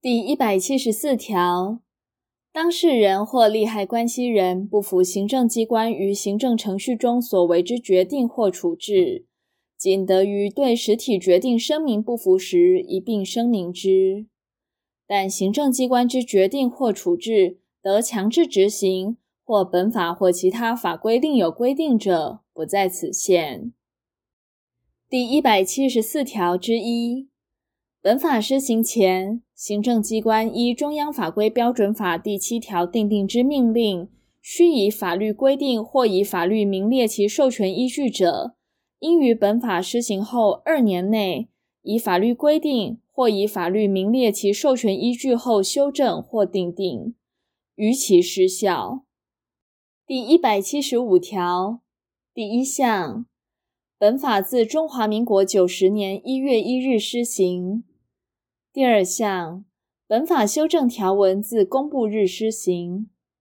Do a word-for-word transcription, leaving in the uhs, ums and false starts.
第一百七十四条，当事人或利害关系人不服行政机关于行政程序中所为之决定或处置，仅得于对实体决定声明不服时一并声明之。但行政机关之决定或处置得强制执行，或本法或其他法规另有规定者，不在此限。第一百七十四条之一，本法施行前，行政机关依中央法规标准法第七条订定之命令，须以法律规定或以法律名列其授权依据者，应于本法施行后二年内，以法律规定或以法律名列其授权依据后修正或订定，于其失效。第一百七十五条第一项，本法自中华民国九十年一月一日施行。第二项，本法修正条文自公布日施行。